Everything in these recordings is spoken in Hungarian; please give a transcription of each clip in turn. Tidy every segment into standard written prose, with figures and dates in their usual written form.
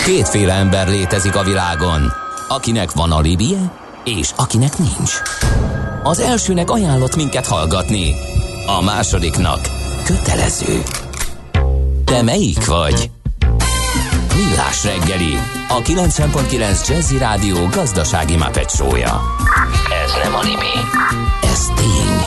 Kétféle ember létezik a világon, akinek van alibije, és akinek nincs. Az elsőnek ajánlott minket hallgatni, a másodiknak kötelező. Te melyik vagy? Millás reggeli, a 90.9 Jazzy Rádió gazdasági Muppet show-ja. Ez nem anime, ez tény.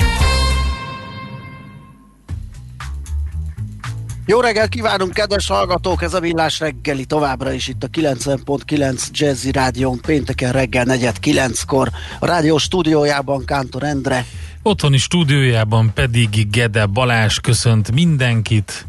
Jó reggelt kívánunk, kedves hallgatók! Ez a Millás reggeli továbbra is itt a 90.9 Jazzy Rádión pénteken reggel 8:09-kor. A rádió stúdiójában Kántor Endre. Otthoni stúdiójában pedig Gede Balázs köszönt mindenkit.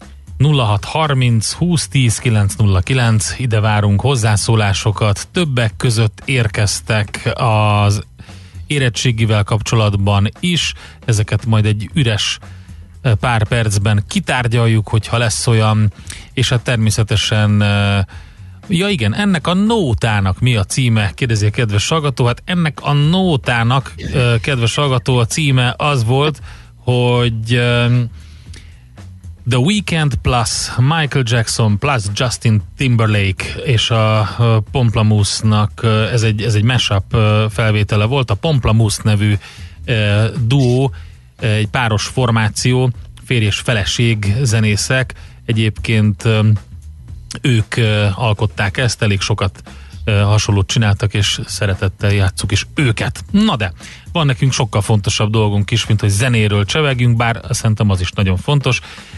0630 2010 909, ide várunk hozzászólásokat. Többek között érkeztek az érettségivel kapcsolatban is. Ezeket majd egy üres pár percben kitárgyaljuk, hogyha lesz olyan, és hát természetesen ja igen, ennek a nótának mi a címe, kérdezi a kedves hallgató. Hát ennek a nótának, kedves hallgató, a címe az volt, hogy The Weeknd plus Michael Jackson plus Justin Timberlake, és a Pomplamoose-nak ez egy mashup felvétele volt. A Pomplamoose nevű duó, egy páros formáció, férj és feleség zenészek. Egyébként ők alkották ezt, elég sokat hasonlót csináltak, és szeretettel játsszuk is őket. Na de, van nekünk sokkal fontosabb dolgunk is, mint hogy zenéről csevegjünk, bár szerintem az is nagyon fontos.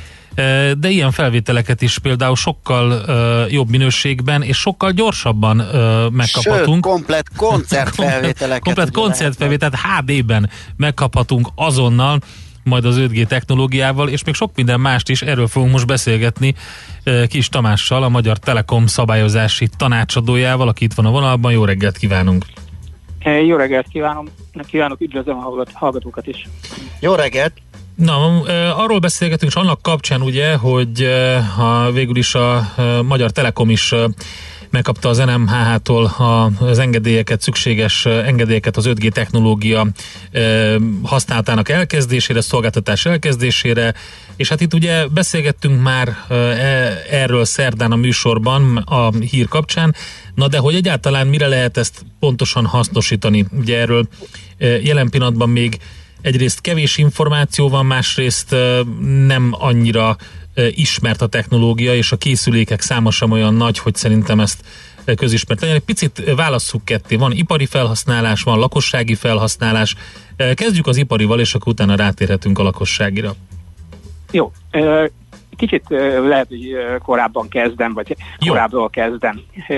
De ilyen felvételeket is például sokkal jobb minőségben és sokkal gyorsabban megkaphatunk. Sőt, komplett koncertfelvételeket. Komplett koncertfelvételt HD-ben megkaphatunk azonnal, majd az 5G technológiával, és még sok minden mást is. Erről fogunk most beszélgetni Kis Tamással, a Magyar Telekom szabályozási tanácsadójával, aki itt van a vonalban. Jó reggelt kívánunk! Jó reggelt kívánok, üdvözlöm a hallgatókat is! Jó reggelt! Na, arról beszélgetünk, és annak kapcsán ugye, hogy végül is a Magyar Telekom is megkapta az NMHH-tól az engedélyeket, szükséges engedélyeket az 5G technológia használatának elkezdésére, szolgáltatás elkezdésére, és hát itt ugye beszélgettünk már erről szerdán a műsorban a hír kapcsán, na de hogy egyáltalán mire lehet ezt pontosan hasznosítani? Ugye erről jelen pillanatban még egyrészt kevés információ van, másrészt nem annyira ismert a technológia, és a készülékek száma sem olyan nagy, hogy szerintem ezt közismert legyen. Egy picit válasszuk ketté. Van ipari felhasználás, van lakossági felhasználás. Kezdjük az iparival, és akkor utána rátérhetünk a lakosságira. Jó. Kicsit lehet, hogy korábban kezdem, vagy korábbról kezdem.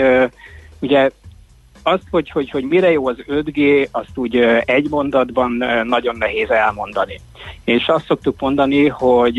Ugye azt, hogy mire jó az 5G, azt úgy egy mondatban nagyon nehéz elmondani. És azt szoktuk mondani, hogy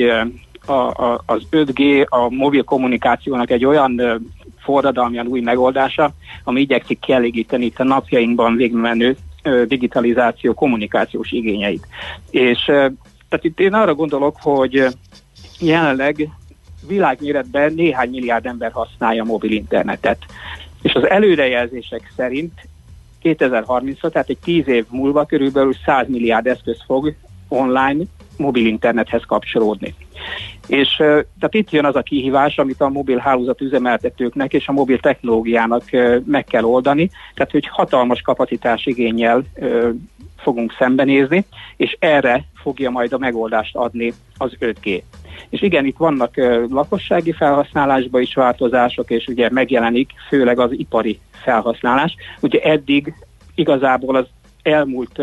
az 5G a mobil kommunikációnak egy olyan forradalmian új megoldása, ami igyekszik kielégíteni itt a napjainkban végigmenő digitalizáció kommunikációs igényeit. És tehát itt én arra gondolok, hogy jelenleg világméretben néhány milliárd ember használja mobil internetet. És az előrejelzések szerint 2030-ra, tehát egy 10 év múlva körülbelül 100 milliárd eszköz fog online mobil internethez kapcsolódni. És tehát itt jön az a kihívás, amit a mobil hálózat üzemeltetőknek és a mobil technológiának meg kell oldani, tehát hogy hatalmas kapacitás igénnyel fogunk szembenézni, és erre fogja majd a megoldást adni az 5G. És igen, itt vannak lakossági felhasználásban is változások, és ugye megjelenik főleg az ipari felhasználás. Ugye eddig igazából az elmúlt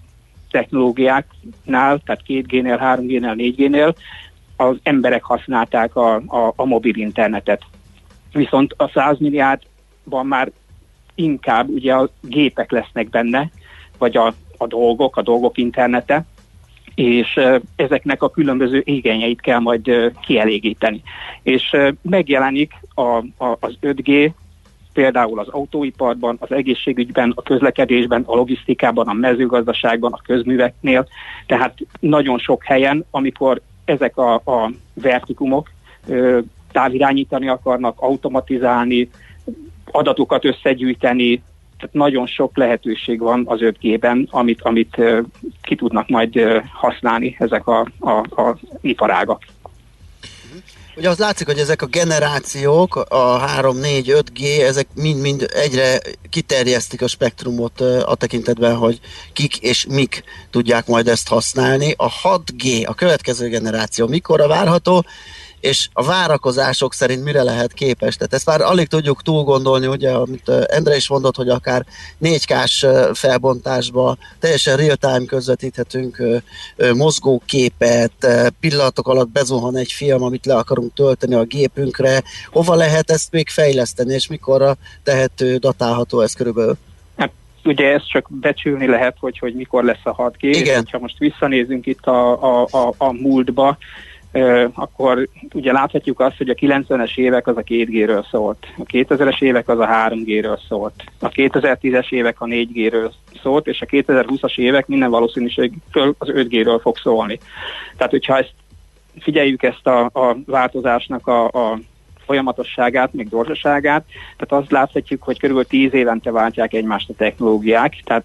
technológiáknál, tehát 2G-nél, 3G-nél, 4G-nél az emberek használták a mobil internetet. Viszont a 100 milliárdban már inkább ugye a gépek lesznek benne, vagy a dolgok internete, és ezeknek a különböző igényeit kell majd kielégíteni. És megjelenik az 5G például az autóiparban, az egészségügyben, a közlekedésben, a logisztikában, a mezőgazdaságban, a közműveknél, tehát nagyon sok helyen, amikor ezek a vertikumok távirányítani akarnak, automatizálni, adatokat összegyűjteni, tehát nagyon sok lehetőség van az 5G-ben, amit ki tudnak majd használni ezek a iparágak. Ugye az látszik, hogy ezek a generációk, a 3, 4, 5G, ezek mind egyre kiterjesztik a spektrumot a tekintetben, hogy kik és mik tudják majd ezt használni. A 6G, a következő generáció mikorra várható, és a várakozások szerint mire lehet képes. Tehát ezt már alig tudjuk túl gondolni, ugye, amit Endre is mondott, hogy akár 4K-s felbontásba teljesen real-time közvetíthetünk mozgóképet, pillanatok alatt bezuhan egy film, amit le akarunk tölteni a gépünkre. Hova lehet ezt még fejleszteni, és mikorra tehető, datálható ez körülbelül? Ugye ezt csak becsülni lehet, hogy mikor lesz a 6G. Igen. Ha most visszanézünk itt a múltba, akkor ugye láthatjuk azt, hogy a 90-es évek az a 2G-ről szólt, a 2000-es évek az a 3G-ről szólt, a 2010-es évek a 4G-ről szólt, és a 2020-as évek minden valószínűséggel az 5G-ről fog szólni. Tehát, hogyha figyeljük ezt a változásnak a folyamatosságát, még gyorsaságát, tehát azt láthatjuk, hogy körülbelül 10 évente váltják egymást a technológiák, tehát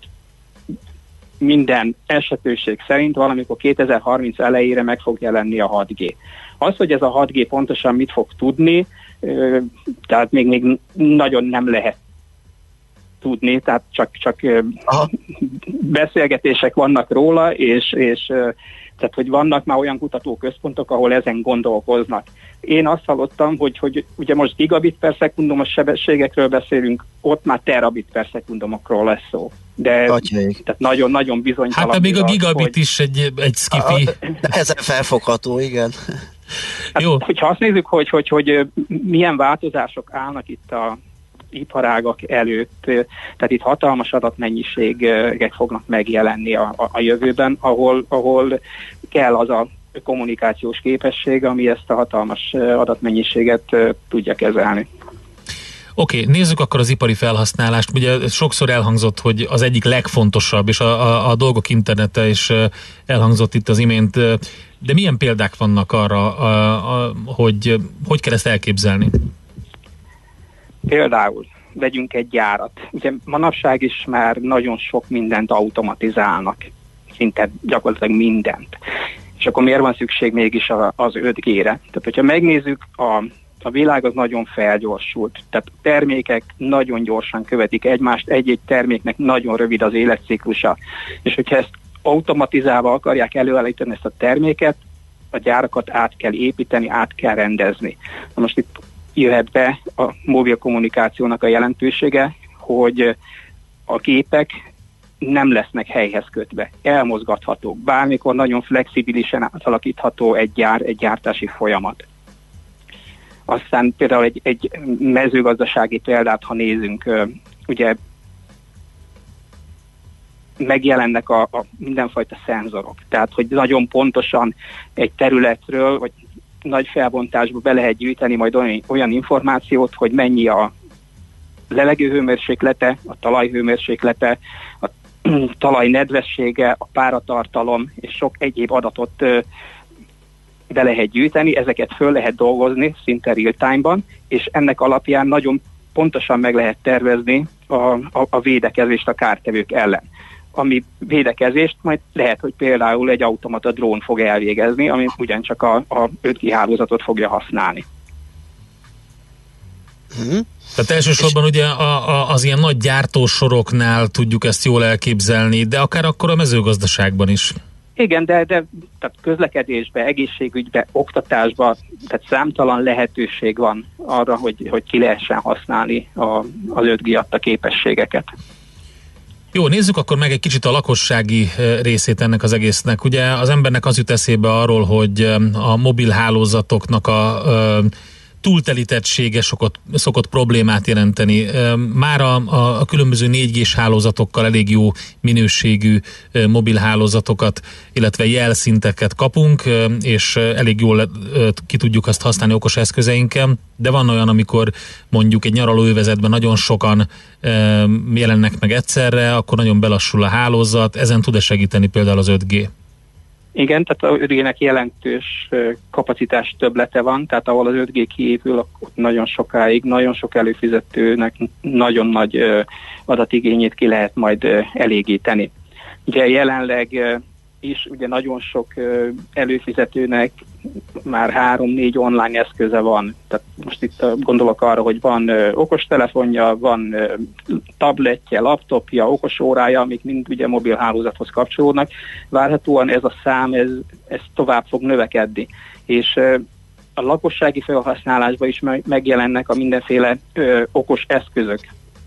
minden esetőség szerint valamikor 2030 elejére meg fog jelenni a 6G. Az, hogy ez a 6G pontosan mit fog tudni, tehát még nagyon nem lehet tudni, tehát csak beszélgetések vannak róla, és tehát, hogy vannak már olyan kutatóközpontok, ahol ezen gondolkoznak. Én azt hallottam, hogy ugye most gigabit per szekundumos sebességekről beszélünk, ott már terabit per szekundumokról lesz szó. De tehát nagyon-nagyon bizonytalan. Hát még a gigabit is egy skifi. Ezen felfogható, igen. Hát, jó. Hogyha azt nézzük, hogy milyen változások állnak itt a iparágak előtt, tehát itt hatalmas adatmennyiségek fognak megjelenni a jövőben, ahol kell az a kommunikációs képesség, ami ezt a hatalmas adatmennyiséget tudja kezelni. Oké, nézzük akkor az ipari felhasználást. Ugye sokszor elhangzott, hogy az egyik legfontosabb, és a dolgok internete is elhangzott itt az imént, de milyen példák vannak arra, hogy kell ezt elképzelni? Például vegyünk egy gyárat. Ugye manapság is már nagyon sok mindent automatizálnak, szinte gyakorlatilag mindent. És akkor miért van szükség mégis az 5G-re? Tehát, hogyha megnézzük, a világ az nagyon felgyorsult. Tehát a termékek nagyon gyorsan követik egymást, egy-egy terméknek nagyon rövid az életciklusa. És hogyha ezt automatizálva akarják előállítani ezt a terméket, a gyárakat át kell építeni, át kell rendezni. Na most itt jöhet be a mobil kommunikációnak a jelentősége, hogy a gépek nem lesznek helyhez kötve, elmozgathatók, bármikor nagyon flexibilisen átalakítható egy gyártási folyamat. Aztán például egy mezőgazdasági példát, ha nézünk, ugye megjelennek a mindenfajta szenzorok. Tehát, hogy nagyon pontosan egy területről, vagy nagy felbontásba be lehet gyűjteni majd olyan információt, hogy mennyi a levegőhőmérséklete, a talajhőmérséklete, a talaj nedvessége, a páratartalom és sok egyéb adatot be lehet gyűjteni, ezeket föl lehet dolgozni szinte real-time-ban, és ennek alapján nagyon pontosan meg lehet tervezni a védekezést a kártevők ellen. Ami védekezést majd lehet, hogy például egy automata drón fog elvégezni, ami ugyancsak a 5G hálózatot fogja használni. Tehát elsősorban ugye az ilyen nagy gyártósoroknál tudjuk ezt jól elképzelni, de akár akkor a mezőgazdaságban is. Igen, de tehát közlekedésben, egészségügyben, oktatásban, tehát számtalan lehetőség van arra, hogy ki lehessen használni az 5G adta képességeket. Jó, nézzük akkor meg egy kicsit a lakossági részét ennek az egésznek. Ugye az embernek az jut eszébe arról, hogy a mobil hálózatoknak a túltelítettsége szokott problémát jelenteni. Már a különböző 4G-s hálózatokkal elég jó minőségű mobilhálózatokat, illetve jelszinteket kapunk, és elég jól ki tudjuk azt használni okos eszközeinkkel, de van olyan, amikor mondjuk egy nyaralóövezetben nagyon sokan jelennek meg egyszerre, akkor nagyon belassul a hálózat, ezen tud-e segíteni például az 5G? Igen, tehát a 5G-nek jelentős kapacitás többlete van, tehát ahol az 5G kiépül, ott nagyon sokáig, nagyon sok előfizetőnek nagyon nagy adatigényét ki lehet majd elégíteni. Ugye jelenleg is, ugye nagyon sok előfizetőnek már 3-4 online eszköze van. Tehát most itt gondolok arra, hogy van okostelefonja, van tabletje, laptopja, okosórája, amik mind ugye mobilhálózathoz kapcsolódnak. Várhatóan ez a szám, ez tovább fog növekedni. És a lakossági felhasználásban is megjelennek a mindenféle okos eszközök.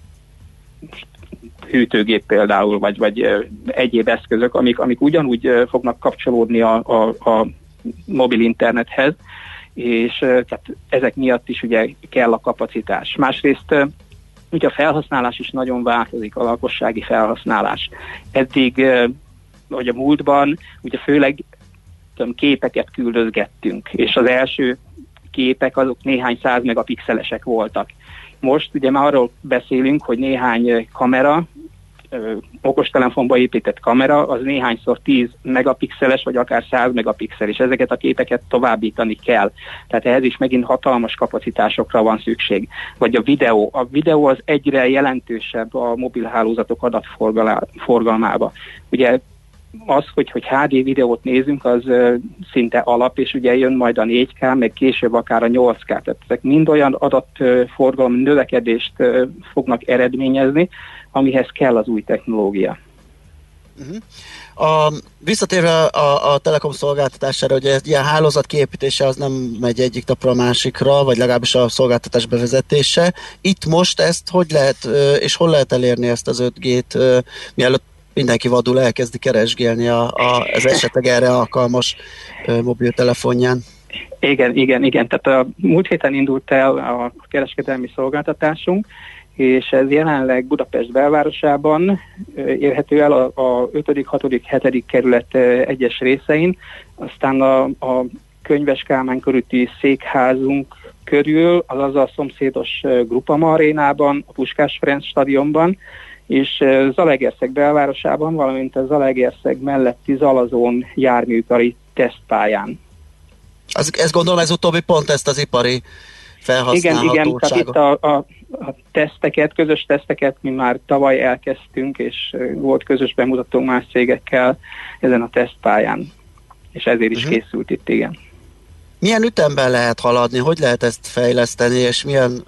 Hűtőgép például, vagy egyéb eszközök, amik ugyanúgy fognak kapcsolódni a mobil internethez, és tehát ezek miatt is ugye kell a kapacitás. Másrészt ugye a felhasználás is nagyon változik, a lakossági felhasználás. Eddig, vagy a múltban, ugye főleg képeket küldözgettünk, és az első képek azok néhány 100 megapixelesek voltak. Most ugye már arról beszélünk, hogy néhány kamera, okostelefonba épített kamera, az néhányszor 10 megapixeles, vagy akár 100 megapixel, és ezeket a képeket továbbítani kell. Tehát ehhez is megint hatalmas kapacitásokra van szükség. Vagy a videó. A videó az egyre jelentősebb a mobilhálózatok adatforgalmába. Ugye az, hogy HD videót nézünk, az szinte alap, és ugye jön majd a 4K, meg később akár a 8K. Tehát ezek mind olyan adatforgalom növekedést fognak eredményezni, amihez kell az új technológia. Visszatérve a Telekom szolgáltatására, hogy egy ilyen hálózat kiépítése az nem megy egyik napra a másikra, vagy legalábbis a szolgáltatás bevezetése. Itt most ezt hogy lehet, és hol lehet elérni ezt az 5G-t, mielőtt mindenki vadul elkezdi keresgélni az esetleg erre alkalmas mobiltelefonján? Igen. Tehát a múlt héten indult el a kereskedelmi szolgáltatásunk, és ez jelenleg Budapest belvárosában érhető el a 5., 6., 7. kerület egyes részein, aztán a Könyves Kálmán körüli székházunk körül, azaz a szomszédos Grupama arénában, a Puskás Ferenc stadionban, és Zalaegerszeg belvárosában, valamint a Zalaegerszeg melletti Zalazón járműipari tesztpályán. Ezt gondolom, ez utóbbi pont ezt az ipari felhasználhatóságot. Igen, tehát itt a teszteket, közös teszteket mi már tavaly elkezdtünk, és volt közös bemutató más cégekkel ezen a tesztpályán, és ezért is készült itt, igen. Milyen ütemben lehet haladni, hogy lehet ezt fejleszteni, és milyen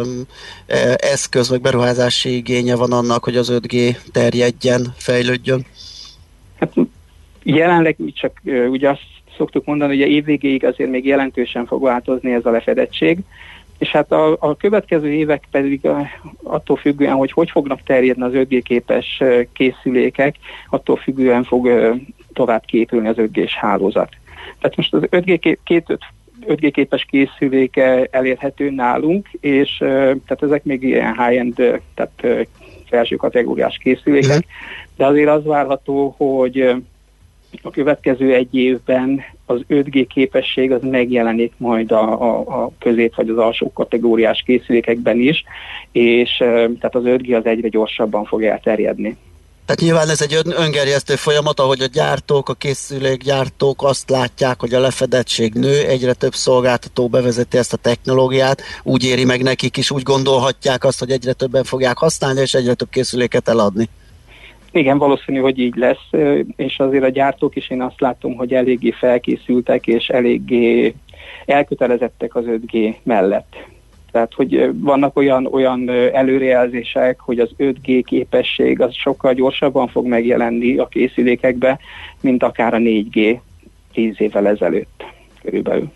eszköz vagy beruházási igénye van annak, hogy az 5G terjedjen, fejlődjön? Hát jelenleg csak ugye azt szoktuk mondani, hogy a év végéig azért még jelentősen fog változni ez a lefedettség, és hát a következő évek pedig attól függően, hogy fognak terjedni az 5G képes készülékek, attól függően fog tovább képülni az 5G-s hálózat. Tehát most az 5G képes készüléke elérhető nálunk, és tehát ezek még ilyen high-end, tehát felső kategóriás készülékek, de azért az várható, hogy a következő egy évben az 5G képesség az megjelenik majd a közép vagy az alsó kategóriás készülékekben is, és tehát az 5G az egyre gyorsabban fog elterjedni. Tehát nyilván ez egy öngerjesztő folyamat, ahogy a gyártók, a készülékgyártók azt látják, hogy a lefedettség nő, egyre több szolgáltató bevezeti ezt a technológiát, úgy éri meg nekik is, úgy gondolhatják azt, hogy egyre többen fogják használni, és egyre több készüléket eladni. Igen, valószínű, hogy így lesz, és azért a gyártók is én azt látom, hogy eléggé felkészültek, és eléggé elkötelezettek az 5G mellett. Tehát, hogy vannak olyan előrejelzések, hogy az 5G képesség az sokkal gyorsabban fog megjelenni a készülékekbe, mint akár a 4G 10 évvel ezelőtt körülbelül.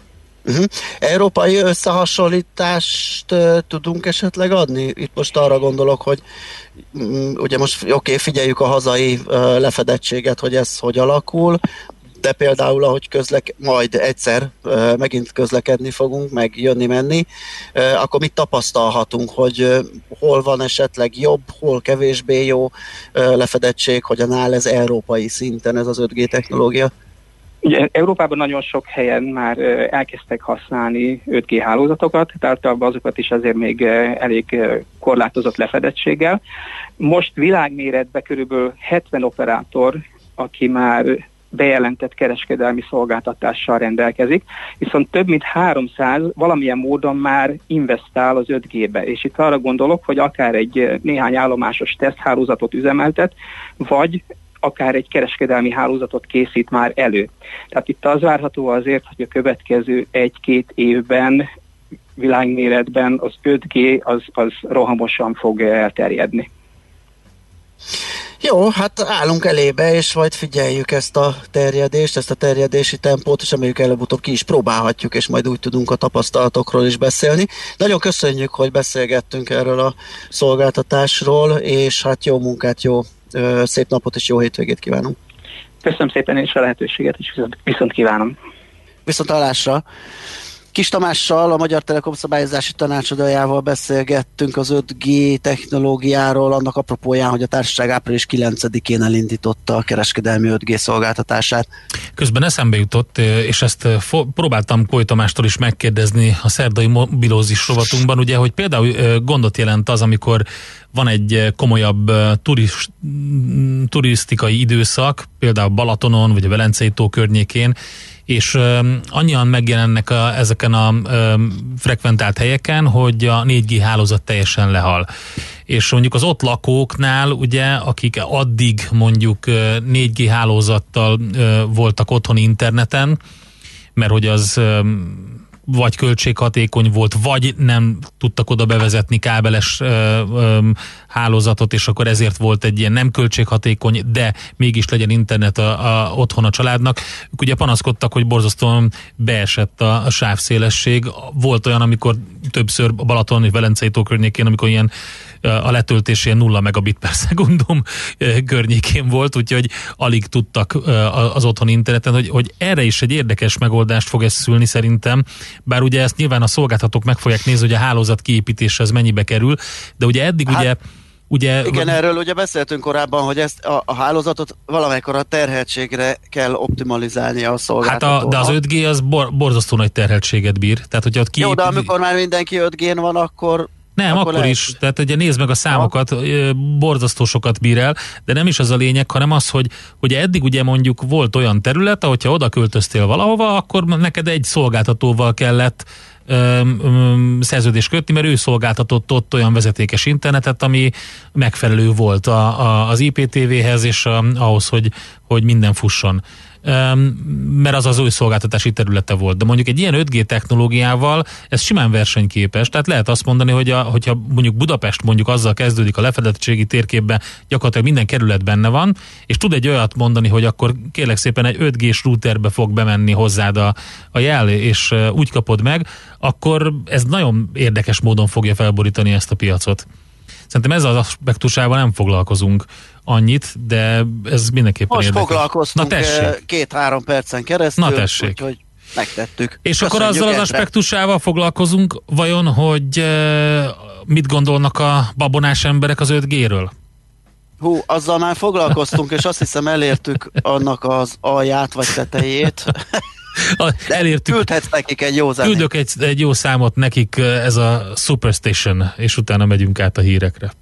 Európai összehasonlítást tudunk esetleg adni? Itt most arra gondolok, hogy ugye most figyeljük a hazai lefedettséget, hogy ez hogy alakul, de például, ahogy majd egyszer megint közlekedni fogunk, meg jönni-menni, akkor mit tapasztalhatunk, hogy hol van esetleg jobb, hol kevésbé jó lefedettség, hogyan áll ez európai szinten ez az 5G technológia? Ugye, Európában nagyon sok helyen már elkezdtek használni 5G hálózatokat, tehát azokat is azért még elég korlátozott lefedettséggel. Most világméretben körülbelül 70 operátor, aki már bejelentett kereskedelmi szolgáltatással rendelkezik, viszont több mint 300 valamilyen módon már investál az 5G-be, és itt arra gondolok, hogy akár egy néhány állomásos teszthálózatot üzemeltet, vagy akár egy kereskedelmi hálózatot készít már elő. Tehát itt az várható azért, hogy a következő 1-2 évben világméretben az 5G az rohamosan fog elterjedni. Jó, hát állunk elébe, és majd figyeljük ezt a terjedést, ezt a terjedési tempót, és reméljük előbb-utóbb ki is próbálhatjuk, és majd úgy tudunk a tapasztalatokról is beszélni. Nagyon köszönjük, hogy beszélgettünk erről a szolgáltatásról, és hát jó munkát, szép napot és jó hétvégét kívánunk. Köszönöm szépen én is a lehetőséget, és viszont kívánom. Viszont hallásra. Kis Tamással, a Magyar Telekom szabályozási tanácsadójával beszélgettünk az 5G technológiáról, annak apropóján, hogy a társaság április 9-én elindította a kereskedelmi 5G szolgáltatását. Közben eszembe jutott, és ezt próbáltam Koly Tamástól is megkérdezni a szerdai mobilózis rovatunkban, ugye, hogy például gondot jelent az, amikor van egy komolyabb turisztikai időszak, például Balatonon, vagy a Velencei tó környékén, és annyian megjelennek ezeken a frekventált helyeken, hogy a 4G hálózat teljesen lehal. És mondjuk az ott lakóknál, ugye, akik addig mondjuk 4G hálózattal voltak otthon interneten, mert hogy az vagy költséghatékony volt, vagy nem tudtak oda bevezetni kábeles hálózatot, és akkor ezért volt egy ilyen nem költséghatékony, de mégis legyen internet otthon a családnak. Ők ugye panaszkodtak, hogy borzasztóan beesett a sávszélesség. Volt olyan, amikor többször a Balaton és Velencei tó környékén, amikor ilyen a letöltés ilyen 0 megabit per szekundum környékén volt, úgyhogy alig tudtak az otthon interneten, hogy erre is egy érdekes megoldást fog ez szülni szerintem, bár ugye ezt nyilván a szolgáltatók meg fogják nézni, hogy a hálózat kiépítése ez mennyibe kerül, de ugye eddig ugye... Igen, erről ugye beszéltünk korábban, hogy ezt a hálózatot valamikor a terheltségre kell optimalizálni a szolgáltatónak. Hát de az 5G az borzasztó nagy terheltséget bír. Tehát, hogyha ott Jó, de amikor már mindenki 5G-n van, akkor... Nem, akkor is. Tehát ugye nézd meg a számokat, borzasztó sokat bír el, de nem is az a lényeg, hanem az, hogy ugye eddig ugye mondjuk volt olyan terület, ahogyha oda költöztél valahova, akkor neked egy szolgáltatóval kellett szerződést kötni, mert ő szolgáltatott ott olyan vezetékes internetet, ami megfelelő volt az IPTV-hez, és ahhoz, hogy minden fusson. Mert az ő szolgáltatási területe volt. De mondjuk egy ilyen 5G technológiával ez simán versenyképes, tehát lehet azt mondani, hogyha mondjuk Budapest mondjuk azzal kezdődik a lefedettségi térképben, gyakorlatilag minden kerület benne van, és tud egy olyat mondani, hogy akkor kérlek szépen egy 5G-s routerbe fog bemenni hozzád a jel, és úgy kapod meg, akkor ez nagyon érdekes módon fogja felborítani ezt a piacot. Szerintem ezzel az aspektusával nem foglalkozunk annyit, de ez mindenképpen most érdekes. Foglalkoztunk 2-3 percen keresztül, úgyhogy megtettük. És köszönjük akkor azzal az aspektusával foglalkozunk, vajon, hogy mit gondolnak a babonás emberek az 5G-ről? Azzal már foglalkoztunk, és azt hiszem elértük annak az alját vagy tetejét. Elértük. Küldhetsz nekik egy jó zenét. Küldök egy jó számot nekik, ez a Superstation, és utána megyünk át a hírekre.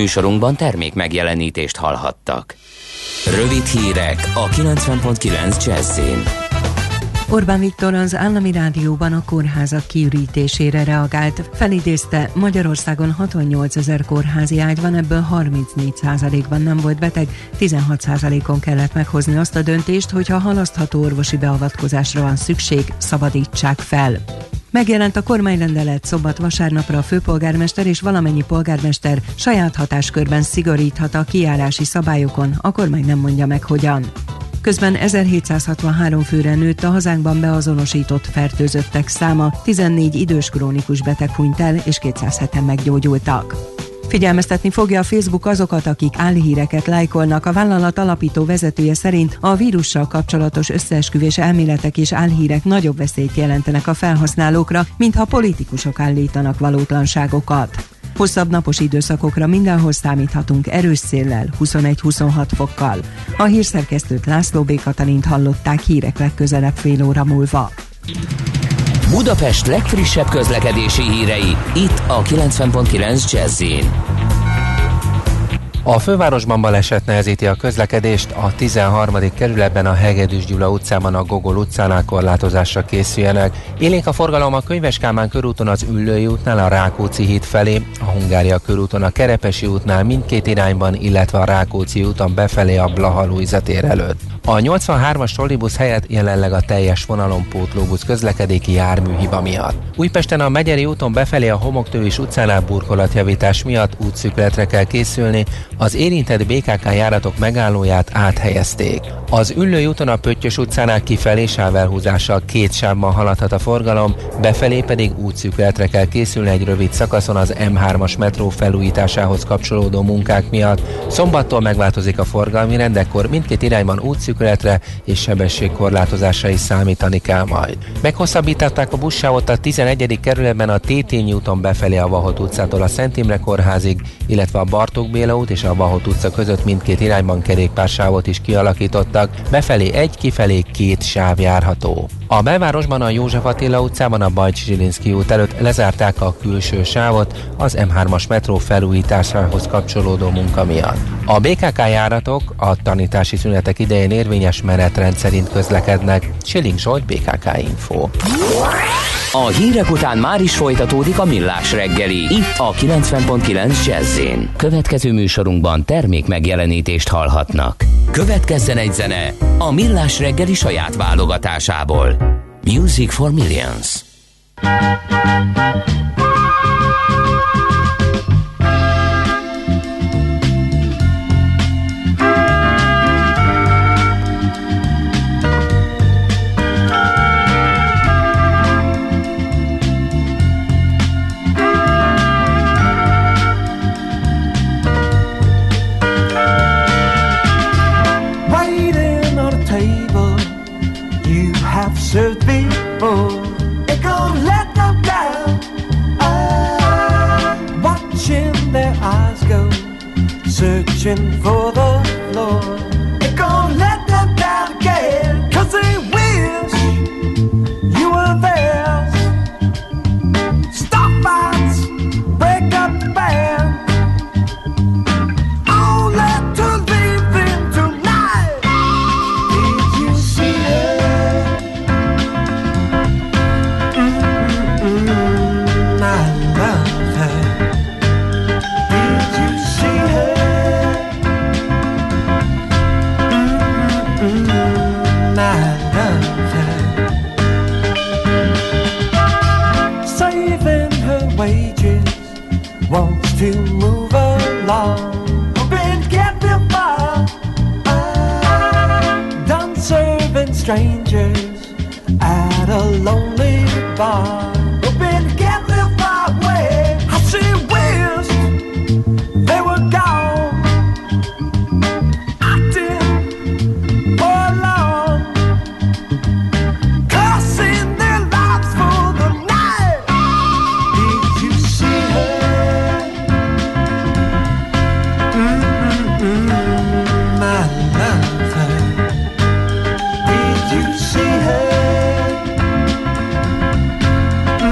műsorunkban termék megjelenítést hallhattak. Rövid hírek a 90.9 Jazzyn. Orbán Viktor az állami rádióban a kórházak kiürítésére reagált. Felidézte, Magyarországon 68 000 kórházi ágy van, ebből 34%-ban nem volt beteg, 16%-on kellett meghozni azt a döntést, hogyha halasztható orvosi beavatkozásra van szükség, szabadítsák fel. Megjelent a kormányrendelet, szombat-vasárnapra a főpolgármester és valamennyi polgármester saját hatáskörben szigoríthat a kijárási szabályokon, a kormány nem mondja meg hogyan. Közben 1763 főre nőtt a hazánkban beazonosított fertőzöttek száma, 14 idős krónikus beteg hunyt el, és 207-en meggyógyultak. Figyelmeztetni fogja a Facebook azokat, akik álhíreket lájkolnak. A vállalat alapító vezetője szerint a vírussal kapcsolatos összeesküvés elméletek és álhírek nagyobb veszélyt jelentenek a felhasználókra, mintha politikusok állítanak valótlanságokat. Hosszabb napos időszakokra mindenhol számíthatunk erős széllel, 21-26 fokkal. A hírszerkesztőt, László B. Katalint hallották, hírek legközelebb fél óra múlva. Budapest legfrissebb közlekedési hírei, itt a 90.9 Jazzyn. A fővárosban baleset nehezíti a közlekedést, a 13. kerületben a Hegedűs Gyula utcában a Gogol utcánál korlátozásra készüljenek. Élénk a forgalom a Könyves Kálmán körúton az Üllői útnál a Rákóczi híd felé, a Hungária körúton a Kerepesi útnál mindkét irányban, illetve a Rákóczi úton befelé a Blaha Lujza tér előtt. A 83-as trollibusz helyett jelenleg a teljes vonalon pótlóbusz közlekedik járműhiba miatt. Újpesten a Megyeri úton befelé a Homoktővis utcánál burkolatjavítás miatt útszűkületre kell készülni, az érintett BKK járatok megállóját áthelyezték. Az Üllői úton a Pöttyös utcánál kifelé sávelhúzással 2 sávban haladhat a forgalom, befelé pedig útszűkületre kell készülni egy rövid szakaszon az M3-as metró felújításához kapcsolódó munkák miatt. Szombattól megváltozik a forgalmi rend, ekkor mindkét irányban útszűkületre és sebességkorlátozásra is számítani kell majd. Meghosszabbították a buszsávot a 11. kerületben a Tétényi úton befelé a Vahot utcától a Szent Imre kórházig, illetve a Bartók Béla út és a Vahot utca között mindkét irányban kerékpársávot is kialakítottak, befelé 1, kifelé 2 sáv járható. A belvárosban a József Attila utcában a Bajcsy-Zsilinszky út előtt lezárták a külső sávot az M3-as metró felújításához kapcsolódó munka miatt. A BKK járatok a tanítási szünetek idején érvényes menetrend szerint közlekednek. Schilling Zsolt, BKK Info. A hírek után már is folytatódik a Millás reggeli, itt a 90.9 Jazzyn. Következő műsorunkban termék megjelenítést hallhatnak. Következzen egy zene a Millás reggeli saját válogatásából. Music for Millions. Served people, it gon' let them down. Watching their eyes go, searching for the Lord. It gon' let them down again, 'cause they wish you were theirs. Stop fights, break up the band. Only to leave them tonight. Did you see her? Wants to move along, hoping to get real far. Done serving strangers at a lonely bar, hoping to get real far away. I see wheels, they were gone, acting forlorn, cursing their lives for the night. Did you see her? I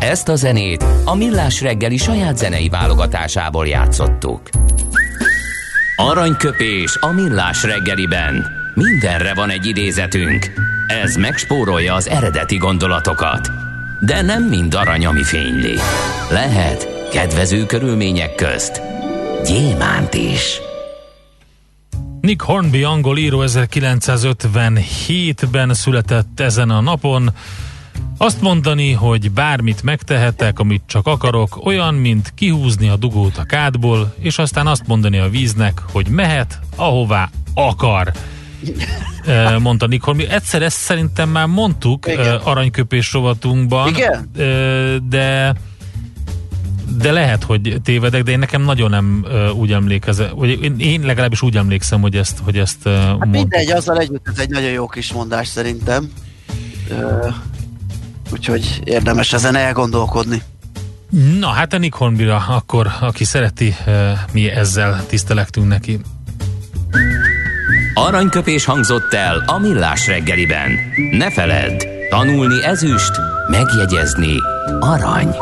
Ezt a zenét a Millás reggeli saját zenei válogatásából játszottuk. Aranyköpés a Millás reggeliben. Mindenre van egy idézetünk. Ez megspórolja az eredeti gondolatokat. De nem mind arany, ami fényli. Lehet kedvező körülmények közt gyémánt is. Nick Hornby, angol író, 1957-ben született ezen a napon. Azt mondani, hogy bármit megtehetek, amit csak akarok, olyan, mint kihúzni a dugót a kádból, és aztán azt mondani a víznek, hogy mehet, ahová akar. Mondta Nick Hornby. Egyszer ezt szerintem már mondtuk aranyköpés rovatunkban. Igen? De lehet, hogy tévedek, de én nekem nagyon nem úgy emlékezem, vagy én legalábbis úgy emlékszem, hogy ezt mondtuk. Mindegy, azzal együtt ez egy nagyon jó kis mondás szerintem. Úgyhogy érdemes ezen elgondolkodni. Na, hát a Nick Hornbyra akkor, aki szereti, mi ezzel tisztelektünk neki. Aranyköpés hangzott el a Millás reggeliben. Ne feledd, tanulni ezüst, megjegyezni arany.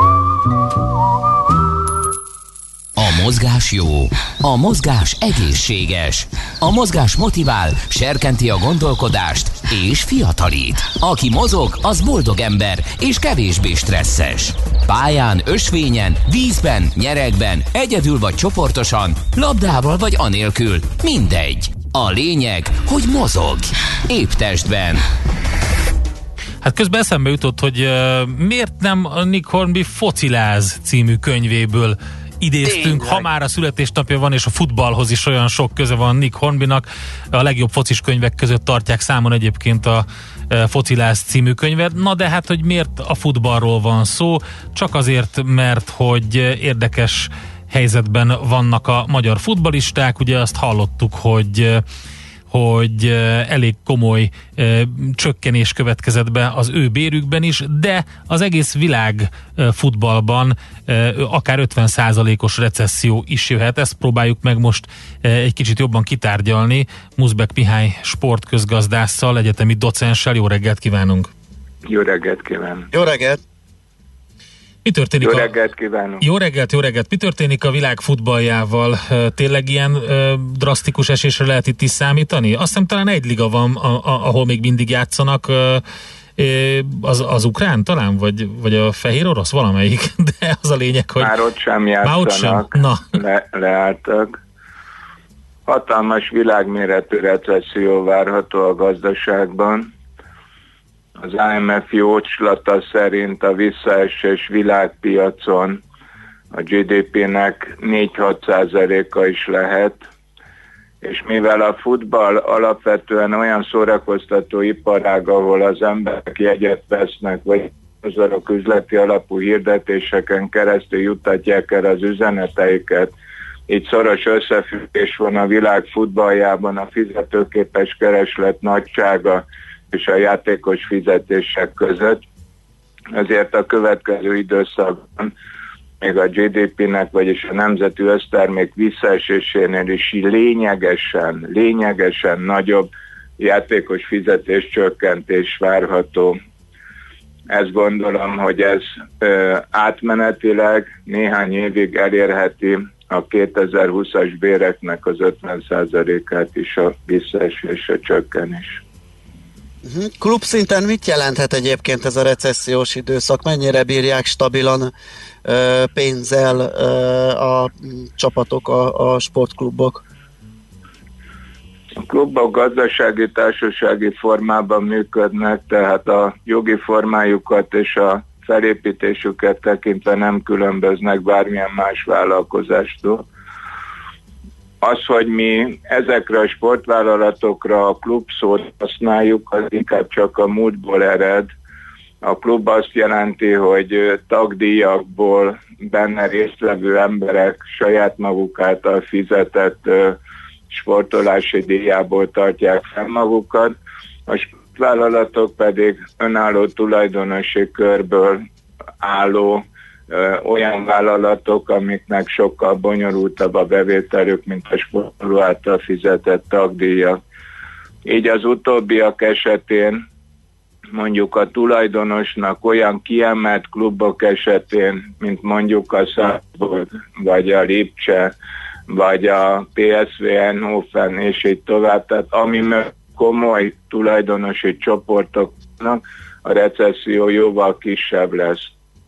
A mozgás jó, a mozgás egészséges, a mozgás motivál, serkenti a gondolkodást és fiatalít. Aki mozog, az boldog ember és kevésbé stresszes. Pályán, ösvényen, vízben, nyeregben, egyedül vagy csoportosan, labdával vagy anélkül, mindegy. A lényeg, hogy mozog. Épp testben. Hát közben eszembe jutott, hogy miért nem a Nick Hornby Fociláz című könyvéből idéztünk, tényleg. Ha már a születésnapja van, és a futballhoz is olyan sok köze van Nick Hornbynak. A legjobb focis könyvek között tartják számon egyébként a Fociláz című könyvet. Na de hát, hogy miért a futballról van szó? Csak azért, mert hogy érdekes helyzetben vannak a magyar futballisták. Ugye azt hallottuk, hogy elég komoly csökkenés következett be az ő bérükben is, de az egész világ futballban akár 50%-os recesszió is jöhet. Ezt próbáljuk meg most egy kicsit jobban kitárgyalni Muszbek Mihály sportközgazdásszal, egyetemi docenssel. Jó reggelt kívánunk! Jó reggelt kívánunk! Jó reggelt! Mi történik jó reggelt kívánok! Jó reggelt, jó reggelt! Mi történik a világ futballjával? Tényleg ilyen drasztikus esésre lehet itt is számítani? Azt hiszem talán egy liga van, ahol még mindig játszanak, az ukrán talán, vagy a fehér orosz, valamelyik, de az a lényeg, hogy... Már ott sem játszanak, leálltak. Hatalmas világméretű recesszió várható a gazdaságban. Az IMF jóslata szerint a visszaesés világpiacon a GDP-nek 4-6%-a is lehet, és mivel a futball alapvetően olyan szórakoztató iparág, ahol az emberek jegyet vesznek, vagy azok üzleti alapú hirdetéseken keresztül juttatják el az üzeneteiket, így szoros összefüggés van a világ futballjában a fizetőképes kereslet nagysága és a játékos fizetések között. Ezért a következő időszakban még a GDP-nek, vagyis a nemzeti össztermék visszaesésénél is lényegesen nagyobb játékos fizetés csökkentés várható. Ezt gondolom, hogy ez átmenetileg néhány évig elérheti a 2020-as béreknek az 50%-át is a visszaesés, a csökkenés. Klubszinten mit jelenthet egyébként ez a recessziós időszak? Mennyire bírják stabilan pénzzel a csapatok, a sportklubok? A klubok gazdasági, társasági formában működnek, tehát a jogi formájukat és a felépítésüket tekintve nem különböznek bármilyen más vállalkozástól. Az, hogy mi ezekre a sportvállalatokra a klub szót használjuk, az inkább csak a múltból ered. A klub azt jelenti, hogy tagdíjakból benne résztvevő emberek saját maguk által fizetett sportolási díjából tartják fel magukat. A sportvállalatok pedig önálló tulajdonosi körből álló olyan vállalatok, amiknek sokkal bonyolultabb a bevételük, mint a sportoló által fizetett tagdíjak. Így az utóbbiak esetén mondjuk a tulajdonosnak olyan kiemelt klubok esetén, mint mondjuk a Salzburg, vagy a Lipcse, vagy a PSV Eindhoven, és így tovább, tehát ami komoly tulajdonosi csoportoknak a recesszió jóval kisebb lesz.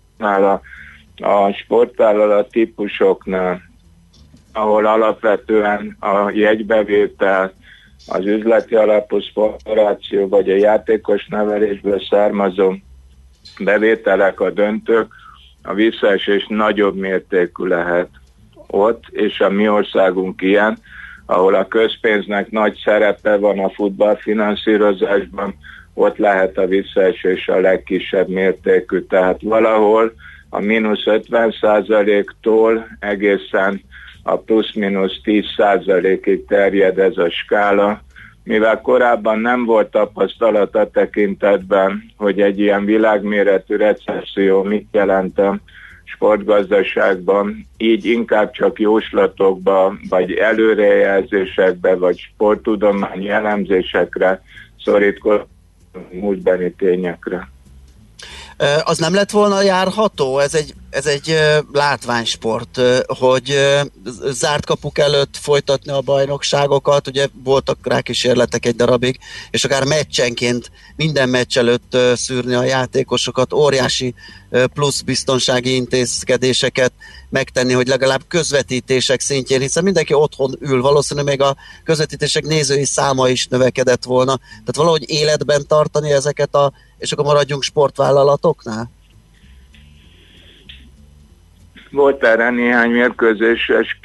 A sportvállalat típusoknál, ahol alapvetően a jegybevétel, az üzleti alapú szponzoráció vagy a játékos nevelésből származó bevételek a döntők, a visszaesés nagyobb mértékű lehet ott, és a mi országunk ilyen, ahol a közpénznek nagy szerepe van a futballfinanszírozásban, ott lehet a visszaesés a legkisebb mértékű, tehát valahol a mínusz 50%-tól egészen a plusz-minusz 10%-ig terjed ez a skála, mivel korábban nem volt tapasztalat a tekintetben, hogy egy ilyen világméretű recesszió mit jelent a sportgazdaságban, így inkább csak jóslatokba, vagy előrejelzésekbe, vagy sporttudományi elemzésekre szorítkozott múltbeni tényekre. Az nem lett volna járható? Ez egy látványsport, hogy zárt kapuk előtt folytatni a bajnokságokat, ugye voltak rá kísérletek egy darabig, és akár meccsenként minden meccs előtt szűrni a játékosokat, óriási plusz biztonsági intézkedéseket megtenni, hogy legalább közvetítések szintjén, hiszen mindenki otthon ül, valószínűleg még a közvetítések nézői száma is növekedett volna. Tehát valahogy életben tartani ezeket és akkor maradjunk sportvállalatoknál? Volt erre néhány mérkőzéses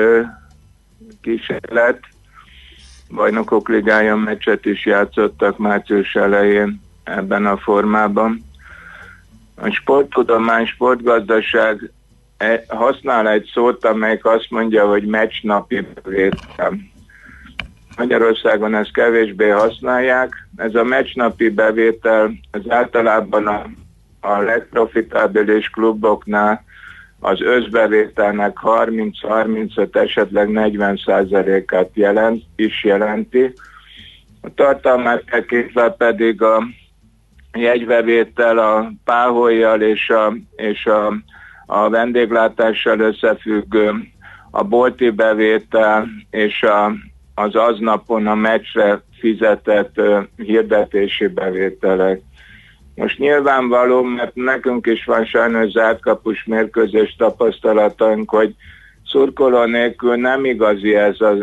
kísérlet, Bajnokok Ligája meccset is játszottak március elején ebben a formában. A sporttudomány, sportgazdaság használ egy szót, amelyik azt mondja, hogy meccsnapi bevétel. Magyarországon ezt kevésbé használják. Ez a meccsnapi bevétel, ez általában a legprofitábilis kluboknál az összbevételnek 30-35, esetleg 40%-át jelenti. A tartalmát tekintve pedig a jegybevétel a páhollyal és a vendéglátással összefüggő, a bolti bevétel és az aznapon a meccsre fizetett hirdetési bevételek. Most nyilvánvaló, mert nekünk is van sajnos zártkapus mérkőzés tapasztalatunk, hogy szurkoló nélkül nem igazi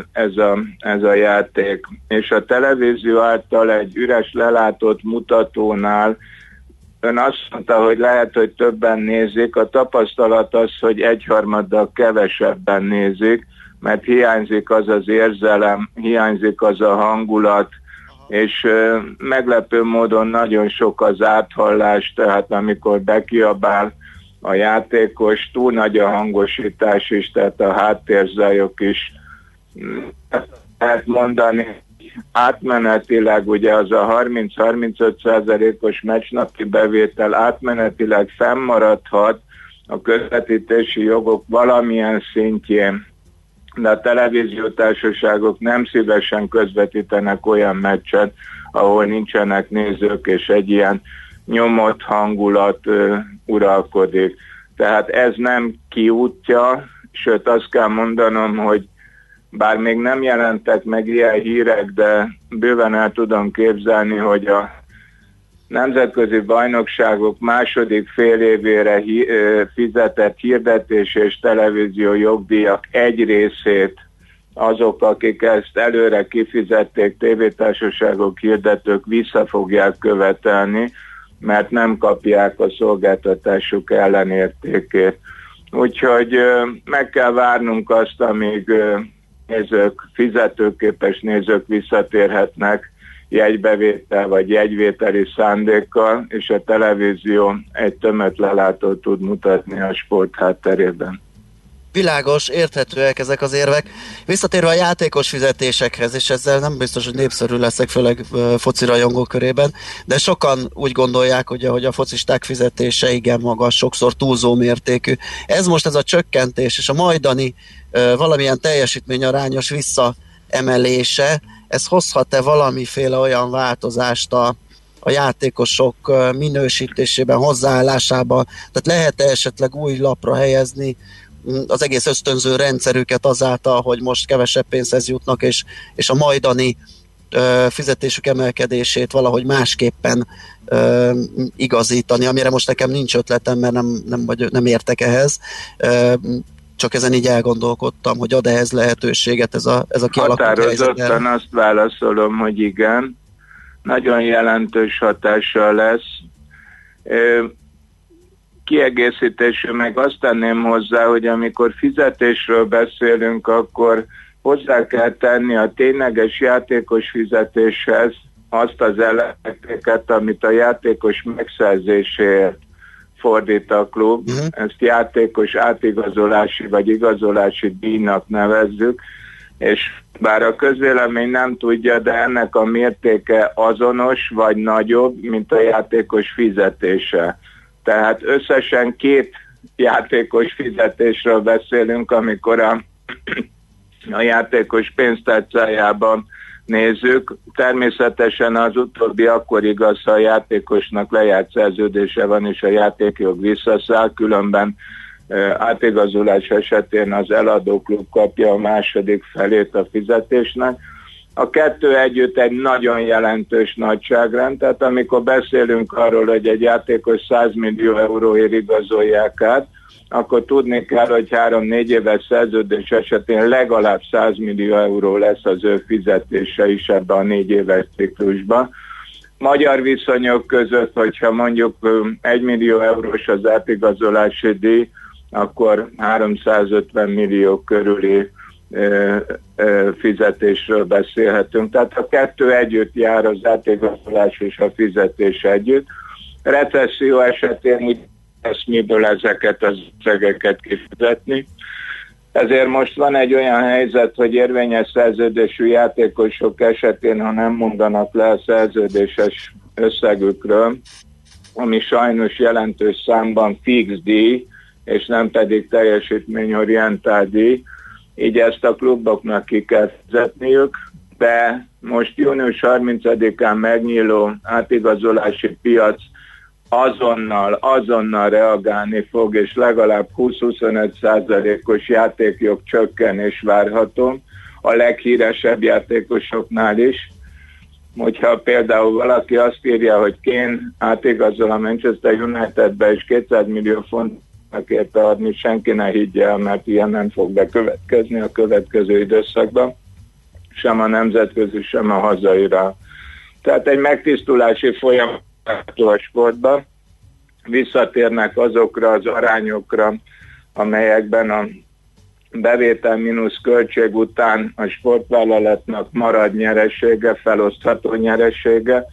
ez a játék. És a televízió által egy üres lelátott mutatónál ön azt mondta, hogy lehet, hogy többen nézik. A tapasztalat az, hogy egyharmaddal kevesebben nézik, mert hiányzik az az érzelem, hiányzik az a hangulat, és meglepő módon nagyon sok az áthallás, tehát amikor bekiabál a játékos, túl nagy a hangosítás is, tehát a háttérzajok is. Lehet mondani, átmenetileg ugye az a 30-35%-os meccsnapi bevétel átmenetileg fennmaradhat a közvetítési jogok valamilyen szintjén, de a televíziótársaságok nem szívesen közvetítenek olyan meccset, ahol nincsenek nézők, és egy ilyen nyomott hangulat uralkodik. Tehát ez nem kiútja, sőt azt kell mondanom, hogy bár még nem jelentek meg ilyen hírek, de bőven el tudom képzelni, hogy a nemzetközi bajnokságok második fél évére fizetett hirdetés és televízió jogdíjak egy részét azok, akik ezt előre kifizették, tévétársaságok, hirdetők vissza fogják követelni, mert nem kapják a szolgáltatásuk ellenértékét. Úgyhogy meg kell várnunk azt, amíg nézők, fizetőképes nézők visszatérhetnek jegybevétel vagy jegyvételi szándékkal, és a televízió egy tömeglelátót tud mutatni a sport hátterében. Világos, érthetőek ezek az érvek. Visszatérve a játékos fizetésekhez, és ezzel nem biztos, hogy népszerű leszek, főleg foci rajongó körében, de sokan úgy gondolják, ugye, hogy a focisták fizetése igen magas, sokszor túlzó mértékű. Ez most ez a csökkentés, és a majdani valamilyen teljesítményarányos visszaemelése, ez hozhat-e valamiféle olyan változást a játékosok minősítésében, hozzáállásában, tehát lehet-e esetleg új lapra helyezni az egész ösztönző rendszerüket azáltal, hogy most kevesebb pénzhez jutnak, és a majdani fizetésük emelkedését valahogy másképpen igazítani, amire most nekem nincs ötletem, mert nem értek ehhez. Csak ezen így elgondolkodtam, hogy ad ehhez lehetőséget ez a kialakult helyzet. Határozottan azt válaszolom, hogy igen, nagyon jelentős hatással lesz. Kiegészítésül meg azt tenném hozzá, hogy amikor fizetésről beszélünk, akkor hozzá kell tenni a tényleges játékos fizetéshez azt az elemet, amit a játékos megszerzéséért fordít a klub. Ezt játékos átigazolási vagy igazolási díjnak nevezzük, és bár a közvélemény nem tudja, de ennek a mértéke azonos vagy nagyobb, mint a játékos fizetése. Tehát összesen 2 játékos fizetésről beszélünk, amikor a játékos pénztárcájában nézzük. Természetesen az utóbbi akkor igaz, ha a játékosnak lejárt szerződése van, és a játékjog visszaszáll, különben átigazolás esetén az eladó klub kapja a második felét a fizetésnek. A 2 együtt egy nagyon jelentős nagyságrend, tehát amikor beszélünk arról, hogy egy játékos 100 millió euróért igazolják át, akkor tudni kell, hogy 3-4 éves szerződés esetén legalább 100 millió euró lesz az ő fizetése is ebben a 4 éves ciklusban. Magyar viszonyok között, hogyha mondjuk 1 millió eurós az átigazolási díj, akkor 350 millió körüli fizetésről beszélhetünk. Tehát a 2 együtt jár, az átigazolás és a fizetés együtt. Recesszió esetén úgy lesz miből ezeket az összegeket kifizetni. Ezért most van egy olyan helyzet, hogy érvényes szerződésű játékosok esetén, ha nem mondanak le a szerződéses összegükről, ami sajnos jelentős számban fix díj, és nem pedig teljesítményorientált díj, így ezt a kluboknak ki kell fizetniük, de most június 30-án megnyíló átigazolási piac azonnal reagálni fog, és legalább 20-25%-os játékjog csökkenés várható a leghíresebb játékosoknál is. Hogyha például valaki azt írja, hogy Kane átigazol a Manchester Unitedbe, és 200 millió fontnak érte adni, senki ne higgye el, mert ilyen nem fog bekövetkezni a következő időszakban, sem a nemzetközi, sem a hazaira. Tehát egy megtisztulási folyamat a sportban, visszatérnek azokra az arányokra, amelyekben a bevétel mínusz költség után a sportvállalatnak marad nyeresége, felosztható nyeresége,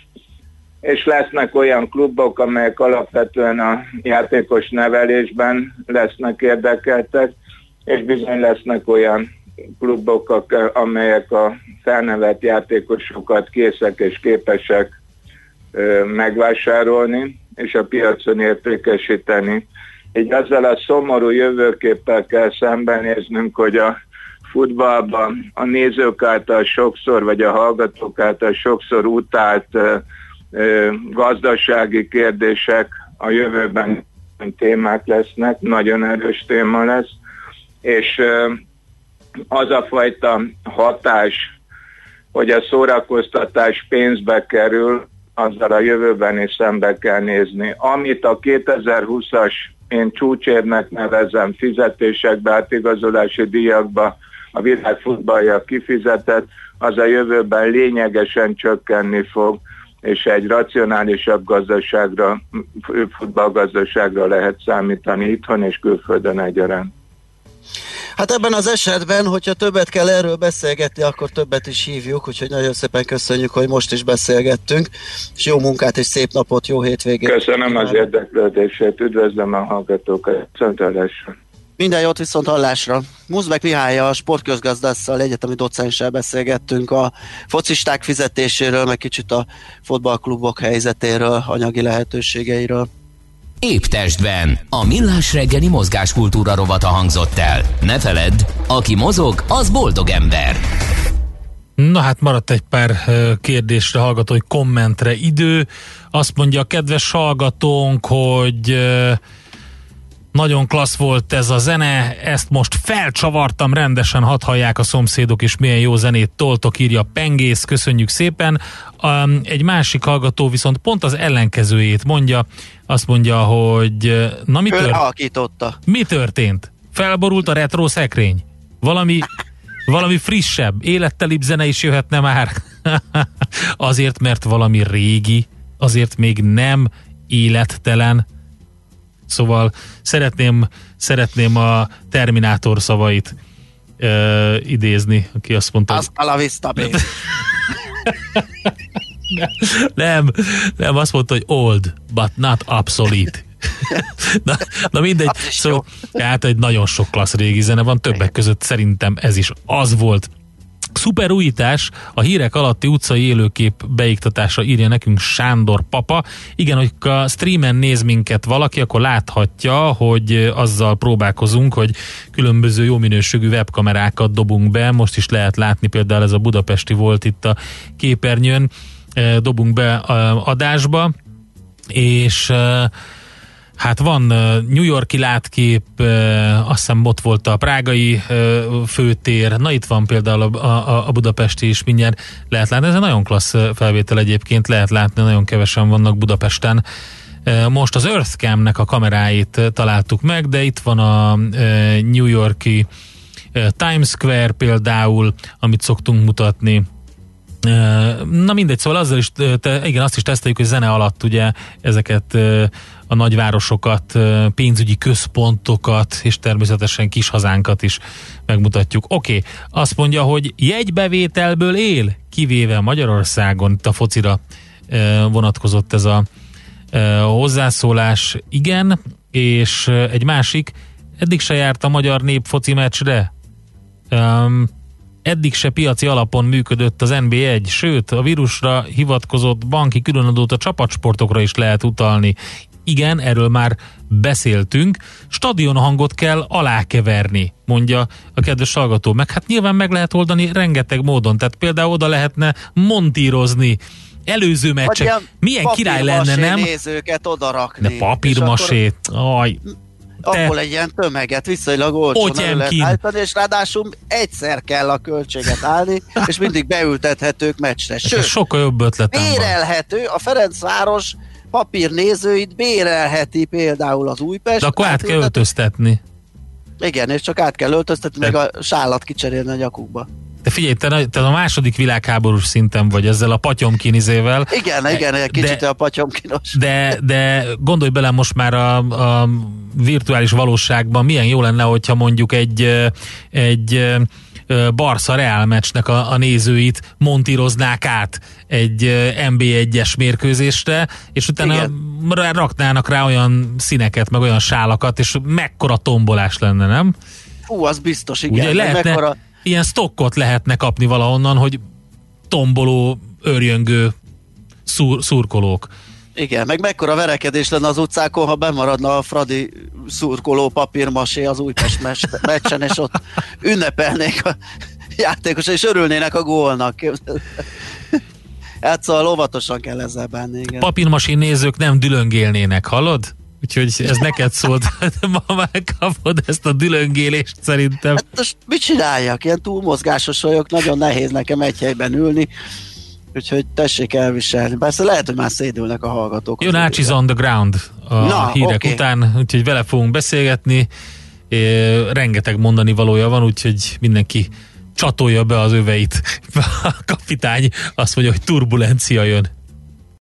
és lesznek olyan klubok, amelyek alapvetően a játékos nevelésben lesznek érdekeltek, és bizony lesznek olyan klubok, amelyek a felnevelt játékosokat készek és képesek megvásárolni, és a piacon értékesíteni. Így azzal a szomorú jövőképpel kell szembenéznünk, hogy a futballban a nézők által sokszor, vagy a hallgatók által sokszor utált gazdasági kérdések a jövőben témák lesznek, nagyon erős téma lesz, és az a fajta hatás, hogy a szórakoztatás pénzbe kerül, azzal a jövőben is szembe kell nézni. Amit a 2020-as, én csúcsérnek nevezem, fizetésekbe, átigazolási díjakba a világ futballja kifizetett, az a jövőben lényegesen csökkenni fog, és egy racionálisabb gazdaságra, futballgazdaságra lehet számítani itthon és külföldön egyaránt. Hát ebben az esetben, hogyha többet kell erről beszélgetni, akkor többet is hívjuk, úgyhogy nagyon szépen köszönjük, hogy most is beszélgettünk, és jó munkát és szép napot, jó hétvégét! Köszönöm az érdeklődését, üdvözlöm a hallgatókat, viszonthallásra! Minden jót, viszont hallásra! Muzbek Mihály, a sportközgazdásszal, egyetemi docenssel beszélgettünk a focisták fizetéséről, meg kicsit a futballklubok helyzetéről, anyagi lehetőségeiről. Épp testben. A Millás reggeli mozgáskultúra rovata hangzott el. Ne feledd, aki mozog, az boldog ember. Na hát maradt egy pár kérdésre, hallgatói kommentre idő. Azt mondja a kedves hallgatónk, hogy nagyon klassz volt ez a zene, ezt most felcsavartam rendesen, hadd hallják a szomszédok is, milyen jó zenét toltok, írja Pengész, köszönjük szépen. Egy másik hallgató viszont pont az ellenkezőjét mondja, azt mondja, hogy na mi történt? Felborult a retro szekrény? Valami frissebb, élettelibb zene is jöhetne már. Azért, mert valami régi, azért még nem élettelen. Szóval szeretném a Terminátor szavait idézni, aki azt mondta, Hasta la vista, baby. nem, azt mondta, hogy old, but not obsolete. na mindegy, szóval hát egy nagyon sok klassz régi zene van, többek között szerintem ez is az volt. Szuper újítás, a hírek alatti utcai élőkép beiktatása, írja nekünk Sándor papa. Igen, hogy a streamen néz minket valaki, akkor láthatja, hogy azzal próbálkozunk, hogy különböző jó minőségű webkamerákat dobunk be. Most is lehet látni, például ez a budapesti volt itt a képernyőn, dobunk be adásba, és hát van New York-i látkép, azt hiszem ott volt a prágai főtér, na itt van például a budapesti is, mindjárt lehet látni. Ez egy nagyon klassz felvétel egyébként, lehet látni, nagyon kevesen vannak Budapesten. Most az Earthcam-nek a kameráit találtuk meg, de itt van a New York-i Times Square például, amit szoktunk mutatni. Na mindegy, szóval azzal is, igen, azt is teszteljük, hogy zene alatt ugye ezeket a nagyvárosokat, pénzügyi központokat, és természetesen kis hazánkat is megmutatjuk. Oké, azt mondja, hogy jegybevételből él, kivéve Magyarországon, itt a focira vonatkozott ez a hozzászólás. Igen, és egy másik, eddig se járt a magyar nép foci meccsre? Eddig se piaci alapon működött az NB1, sőt, a vírusra hivatkozott banki különadót a csapatsportokra is lehet utalni. Igen, erről már beszéltünk. Stadionhangot kell alákeverni, mondja a kedves hallgató. Meg hát nyilván meg lehet oldani rengeteg módon. Tehát például oda lehetne montírozni előző meccsek. Milyen király lenne, nem? Nézőket odarakni. De papírmasét. Abból egy ilyen tömeget viszonylag olcsón elő lehet állítani, és ráadásul egyszer kell a költséget állni, és mindig beültethetők meccsre. Sőt, sokkal jobb ötletem van. Bérelhető, a Ferencváros papírnézőit bérelheti például az Újpest. De akkor át kell öltöztetni. Igen, és csak át kell öltöztetni, meg a sálat kicserélni a nyakukba. De figyelj, te a második világháborús szinten vagy ezzel a patyomkinizével. Igen, egy kicsit a patyomkinos. De gondolj bele most már a virtuális valóságban, milyen jó lenne, hogyha mondjuk egy Barca Real meccsnek a nézőit montíroznák át egy NB1-es mérkőzésre, és utána raknának rá olyan színeket, meg olyan sálakat, és mekkora tombolás lenne, nem? Az biztos, igen. Ugye lehetne, ilyen stockot lehetne kapni valahonnan, hogy tomboló, örjöngő szurkolók. Igen, meg mekkora verekedés lenne az utcákon, ha bemaradna a Fradi szurkoló papírmasé az Újpest meccsen, és ott ünnepelnék a játékosok, és örülnének a gólnak. Hát szóval óvatosan kell ezzel bánni, igen. Papírmasé nézők nem dülöngélnének, hallod? Úgyhogy ez neked szólt, ma megkapod ezt a dülöngélést szerintem. Hát most mit csináljak? Ilyen túlmozgásos vagyok, nagyon nehéz nekem egy helyben ülni, úgyhogy tessék elviselni. Persze lehet, hogy már szédülnek a hallgatók. Jön Ácsiz on the ground a hírek után, úgyhogy vele fogunk beszélgetni. Rengeteg mondani valója van, úgyhogy mindenki csatolja be az öveit. A kapitány azt mondja, hogy turbulencia jön.